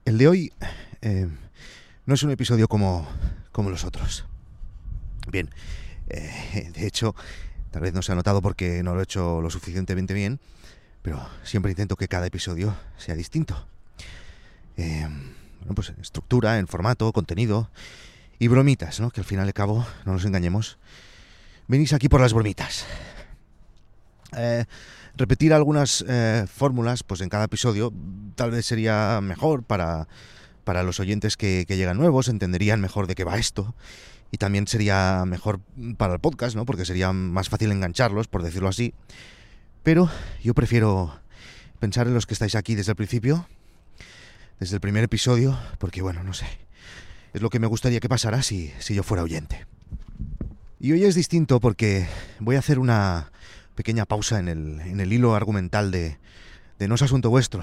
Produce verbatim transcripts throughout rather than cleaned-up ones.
el de hoy eh, no es un episodio como, como los otros. Bien, eh, de hecho, tal vez no se ha notado porque no lo he hecho lo suficientemente bien, pero siempre intento que cada episodio sea distinto. Eh, bueno, pues en estructura, en formato, contenido y bromitas, ¿no? Que al final y al cabo, no nos engañemos, venís aquí por las bromitas. Eh, repetir algunas eh, fórmulas pues en cada episodio tal vez sería mejor para, para los oyentes que, que llegan nuevos, entenderían mejor de qué va esto y también sería mejor para el podcast, ¿no? Porque sería más fácil engancharlos, por decirlo así. Pero yo prefiero pensar en los que estáis aquí desde el principio, desde el primer episodio, porque bueno, no sé, es lo que me gustaría que pasara si, si yo fuera oyente. Y hoy es distinto porque voy a hacer una pequeña pausa en el, en el hilo argumental de, de No es asunto vuestro.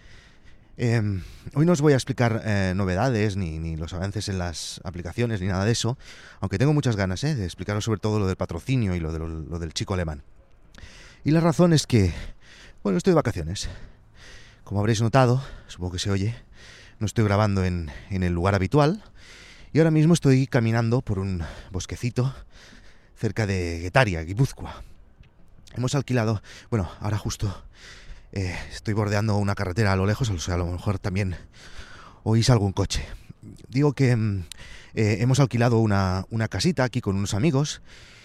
Eh, hoy no os voy a explicar eh, novedades, ni, ni los avances en las aplicaciones, ni nada de eso, aunque tengo muchas ganas eh, de explicaros sobre todo lo del patrocinio y lo, de lo, lo del chico alemán. Y la razón es que, bueno, estoy de vacaciones. Como habréis notado, supongo que se oye, no estoy grabando en, en el lugar habitual, y ahora mismo estoy caminando por un bosquecito cerca de Getaria, Guipúzcoa. Hemos alquilado, bueno, ahora justo eh, estoy bordeando una carretera a lo lejos, o sea, a lo mejor también oís algún coche. Digo que eh, hemos alquilado una, una casita aquí con unos amigos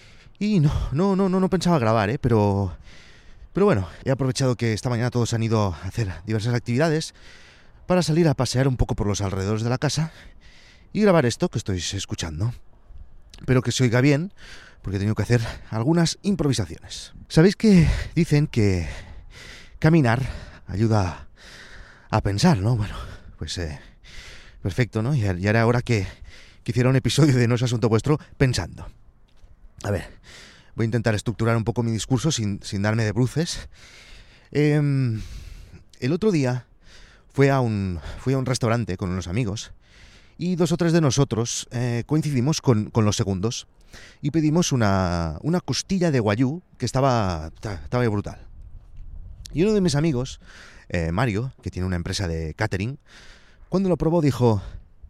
y no, no, no, no, no pensaba grabar, ¿eh? pero, pero bueno, he aprovechado que esta mañana todos han ido a hacer diversas actividades para salir a pasear un poco por los alrededores de la casa y grabar esto que estoy escuchando. Espero que se oiga bien, porque he tenido que hacer algunas improvisaciones. ¿Sabéis que dicen que caminar ayuda a pensar, no? Bueno, pues eh, perfecto, ¿no? Y ya era hora que, que hiciera un episodio de No es asunto vuestro pensando. A ver, voy a intentar estructurar un poco mi discurso sin, sin darme de bruces. Eh, el otro día fui a un, fui a un restaurante con unos amigos y dos o tres de nosotros eh, coincidimos con, con los segundos y pedimos una, una costilla de guayú que estaba, estaba brutal. Y uno de mis amigos, eh, Mario, que tiene una empresa de catering, cuando lo probó dijo,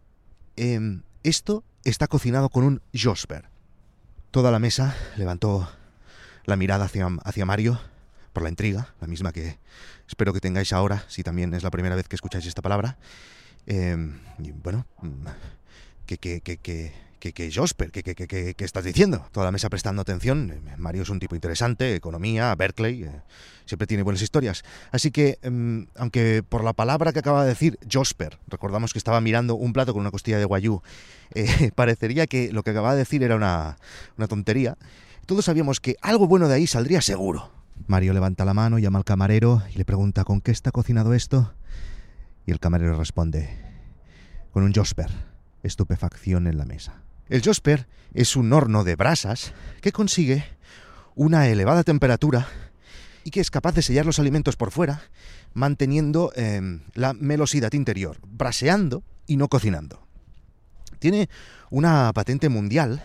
eh, esto está cocinado con un Josper. Toda la mesa levantó la mirada hacia, hacia Mario por la intriga, la misma que espero que tengáis ahora, si también es la primera vez que escucháis esta palabra. Eh, y bueno, que, que, que, que, que, que Josper, ¿qué que, que, que, que estás diciendo? Toda la mesa prestando atención. Mario es un tipo interesante, economía, Berkeley, eh, siempre tiene buenas historias. Así que, eh, aunque por la palabra que acaba de decir, Josper, recordamos que estaba mirando un plato con una costilla de guayú, eh, parecería que lo que acababa de decir era una, una tontería, todos sabíamos que algo bueno de ahí saldría seguro. Mario levanta la mano, llama al camarero y le pregunta, ¿con qué está cocinado esto? Y el camarero responde, con un Josper. Estupefacción en la mesa. El Josper es un horno de brasas que consigue una elevada temperatura y que es capaz de sellar los alimentos por fuera, manteniendo eh, la melosidad interior, braseando y no cocinando. Tiene una patente mundial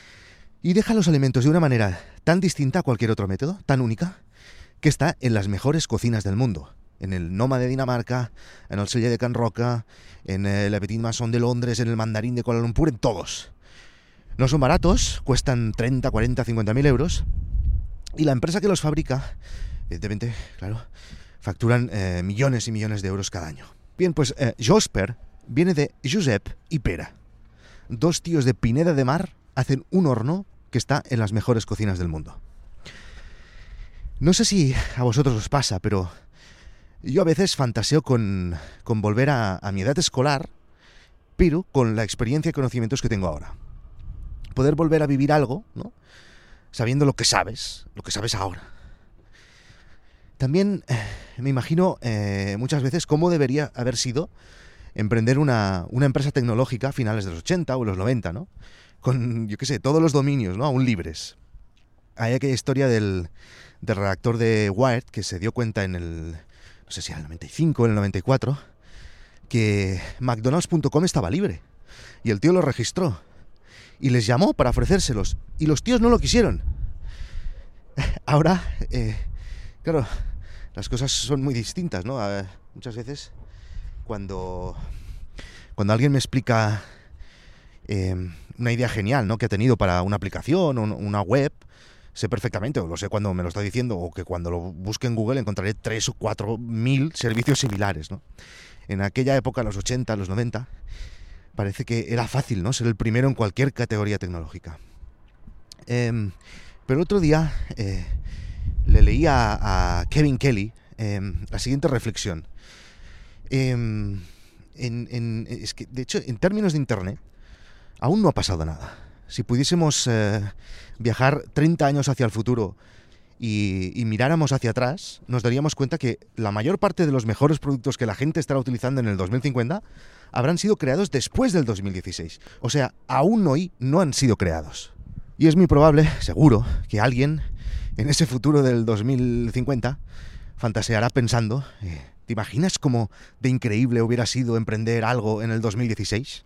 y deja los alimentos de una manera tan distinta a cualquier otro método, tan única, que está en las mejores cocinas del mundo. En el Noma de Dinamarca, en el Selle de Can Roca, en el Petit Mason de Londres, en el Mandarín de Kuala Lumpur, en todos. No son baratos, cuestan treinta, cuarenta, cincuenta mil euros. Y la empresa que los fabrica, evidentemente, claro, facturan eh, millones y millones de euros cada año. Bien, pues eh, Josper viene de Josep y Pera. Dos tíos de Pineda de Mar hacen un horno que está en las mejores cocinas del mundo. No sé si a vosotros os pasa, pero yo a veces fantaseo con, con volver a, a mi edad escolar, pero con la experiencia y conocimientos que tengo ahora. Poder volver a vivir algo, ¿no? Sabiendo lo que sabes, lo que sabes ahora. También eh, me imagino eh, muchas veces cómo debería haber sido emprender una, una empresa tecnológica a finales de los ochenta o los noventa, ¿no? Con, yo qué sé, todos los dominios, ¿no? Aún libres. Hay aquella historia del, del redactor de Wired que se dio cuenta en el, no sé si era el noventa y cinco o el noventa y cuatro, que McDonald's punto com estaba libre. Y el tío lo registró. Y les llamó para ofrecérselos. Y los tíos no lo quisieron. Ahora, eh, claro, las cosas son muy distintas, ¿no? Eh, muchas veces, cuando Cuando alguien me explica eh, una idea genial, ¿no?, que ha tenido para una aplicación o una web, sé perfectamente, o lo sé cuando me lo está diciendo, o que cuando lo busque en Google encontraré tres o cuatro mil servicios similares, ¿no? En aquella época, los ochenta, los noventa, parece que era fácil, ¿no?, ser el primero en cualquier categoría tecnológica. Eh, pero otro día eh, le leí a, a Kevin Kelly eh, la siguiente reflexión. Eh, en, en, es que, de hecho, en términos de Internet, aún no ha pasado nada. Si pudiésemos eh, viajar treinta años hacia el futuro y, y miráramos hacia atrás, nos daríamos cuenta que la mayor parte de los mejores productos que la gente estará utilizando en el dos mil cincuenta habrán sido creados después del dos mil dieciséis. O sea, aún hoy no han sido creados. Y es muy probable, seguro, que alguien en ese futuro del dos mil cincuenta fantaseará pensando, eh, ¿te imaginas cómo de increíble hubiera sido emprender algo en el dos mil dieciséis?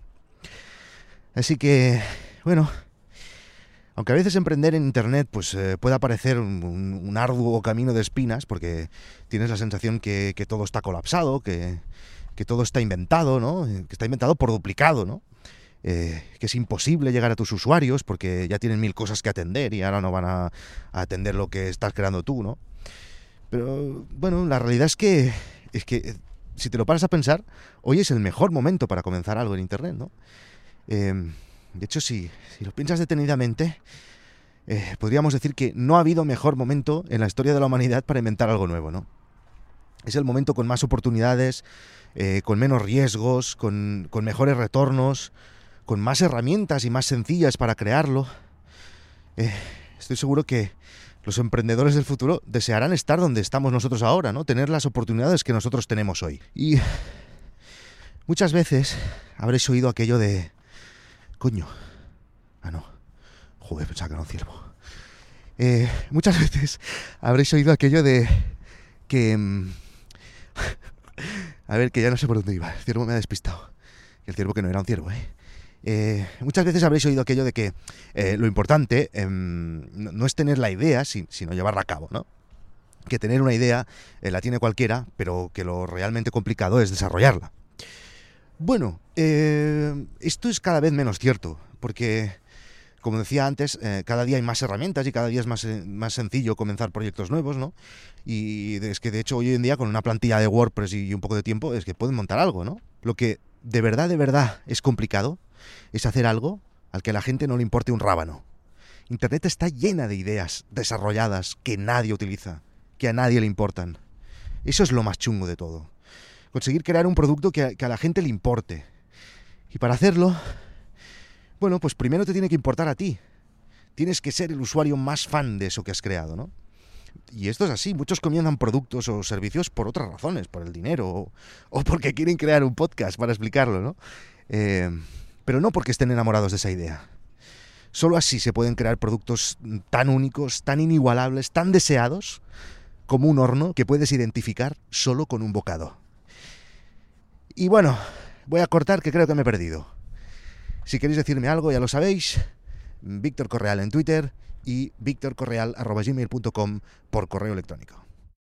Así que, bueno, aunque a veces emprender en Internet pues eh, pueda parecer un, un, un arduo camino de espinas, porque tienes la sensación que, que todo está colapsado, que, que todo está inventado, ¿no? Que está inventado por duplicado, ¿no? Eh, que es imposible llegar a tus usuarios porque ya tienen mil cosas que atender y ahora no van a, a atender lo que estás creando tú, ¿no? Pero, bueno, la realidad es que, es que si te lo paras a pensar, hoy es el mejor momento para comenzar algo en Internet, ¿no? Eh, de hecho, si, si lo piensas detenidamente, eh, podríamos decir que no ha habido mejor momento en la historia de la humanidad para inventar algo nuevo, ¿no? Es el momento con más oportunidades, eh, con menos riesgos, con, con mejores retornos, con más herramientas y más sencillas para crearlo. Eh, estoy seguro que los emprendedores del futuro desearán estar donde estamos nosotros ahora, ¿no? Tener las oportunidades que nosotros tenemos hoy. Y muchas veces habréis oído aquello de... Coño. Ah, no. Joder, pensaba que era un ciervo. Eh, muchas veces habréis oído aquello de... Que... A ver, que ya no sé por dónde iba. El ciervo me ha despistado. El ciervo que no era un ciervo, ¿eh? Eh, muchas veces habréis oído aquello de que eh, lo importante eh, no, no es tener la idea, sin, sino llevarla a cabo, ¿no? Que tener una idea eh, la tiene cualquiera, pero que lo realmente complicado es desarrollarla. Bueno, eh, esto es cada vez menos cierto, porque, como decía antes, eh, cada día hay más herramientas y cada día es más, eh, más sencillo comenzar proyectos nuevos, ¿no? Y es que, de hecho, hoy en día, con una plantilla de WordPress y un poco de tiempo, es que pueden montar algo, ¿no? Lo que de verdad, de verdad es complicado es hacer algo al que a la gente no le importe un rábano. Internet está llena de ideas desarrolladas que nadie utiliza, que a nadie le importan. Eso es lo más chungo de todo. Conseguir crear un producto que a, que a la gente le importe. Y para hacerlo, bueno, pues primero te tiene que importar a ti. Tienes que ser el usuario más fan de eso que has creado, ¿no? Y esto es así. Muchos comienzan productos o servicios por otras razones, por el dinero o, o porque quieren crear un podcast para explicarlo, ¿no? Eh, pero no porque estén enamorados de esa idea. Solo así se pueden crear productos tan únicos, tan inigualables, tan deseados, como un horno que puedes identificar solo con un bocado. Y bueno, voy a cortar, que creo que me he perdido. Si queréis decirme algo, ya lo sabéis. Víctor Correal en Twitter y víctor correal arroba gmail punto com por correo electrónico.